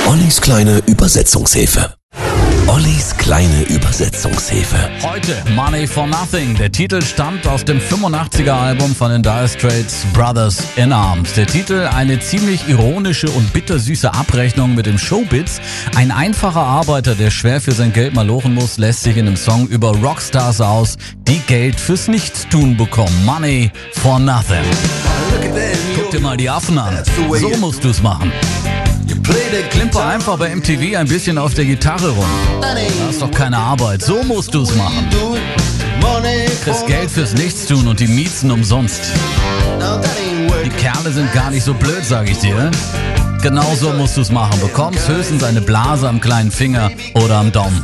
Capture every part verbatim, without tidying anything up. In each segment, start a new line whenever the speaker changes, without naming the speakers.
Ollis kleine Übersetzungshilfe. Ollis kleine Übersetzungshilfe.
Heute Money for Nothing. Der Titel stammt aus dem fünfundachtziger Album von den Dire Straits, Brothers in Arms. Der Titel eine ziemlich ironische und bittersüße Abrechnung mit dem Showbiz. Ein einfacher Arbeiter, der schwer für sein Geld malochen muss, lässt sich in dem Song über Rockstars aus, die Geld fürs Nichtstun bekommen. Money for Nothing. Guck dir mal die Affen an. So musst du's machen. Klimper einfach bei M T V ein bisschen auf der Gitarre rum. Das ist doch keine Arbeit, so musst du's machen. Kriegst Geld fürs Nichtstun und die Miezen umsonst. Die Kerle sind gar nicht so blöd, sag ich dir. Genau so musst du's machen. Bekommst höchstens eine Blase am kleinen Finger oder am Daumen.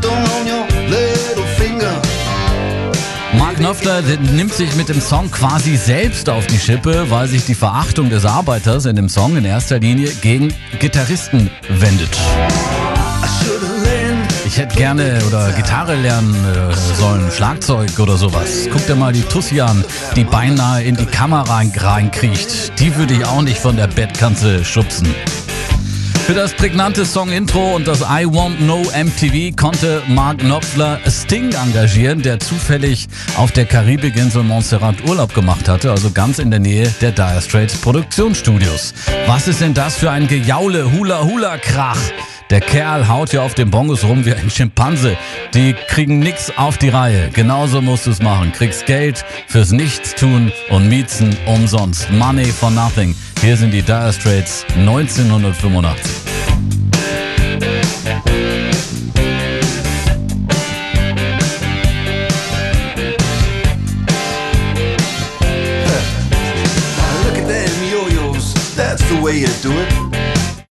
Mark Knopfler nimmt sich mit dem Song quasi selbst auf die Schippe, weil sich die Verachtung des Arbeiters in dem Song in erster Linie gegen Gitarristen wendet. Ich hätte gerne oder Gitarre lernen äh, sollen, Schlagzeug oder sowas. Guck dir mal die Tussi an, die beinahe in die Kamera reinkriecht. Die würde ich auch nicht von der Bettkante schubsen. Für das prägnante Song-Intro und das I Want No M T V konnte Mark Knopfler Sting engagieren, der zufällig auf der Karibikinsel Montserrat Urlaub gemacht hatte, also ganz in der Nähe der Dire Straits Produktionsstudios. Was ist denn das für ein Gejaule, Hula-Hula-Krach? Der Kerl haut ja auf den Bongos rum wie ein Schimpanse. Die kriegen nix auf die Reihe. Genauso musst du es machen. Kriegst Geld fürs Nichtstun und Miezen umsonst. Money for Nothing. Hier sind die Dire Straits neunzehnhundertfünfundachtzig.
Look at them yo-yos, that's the way you do it.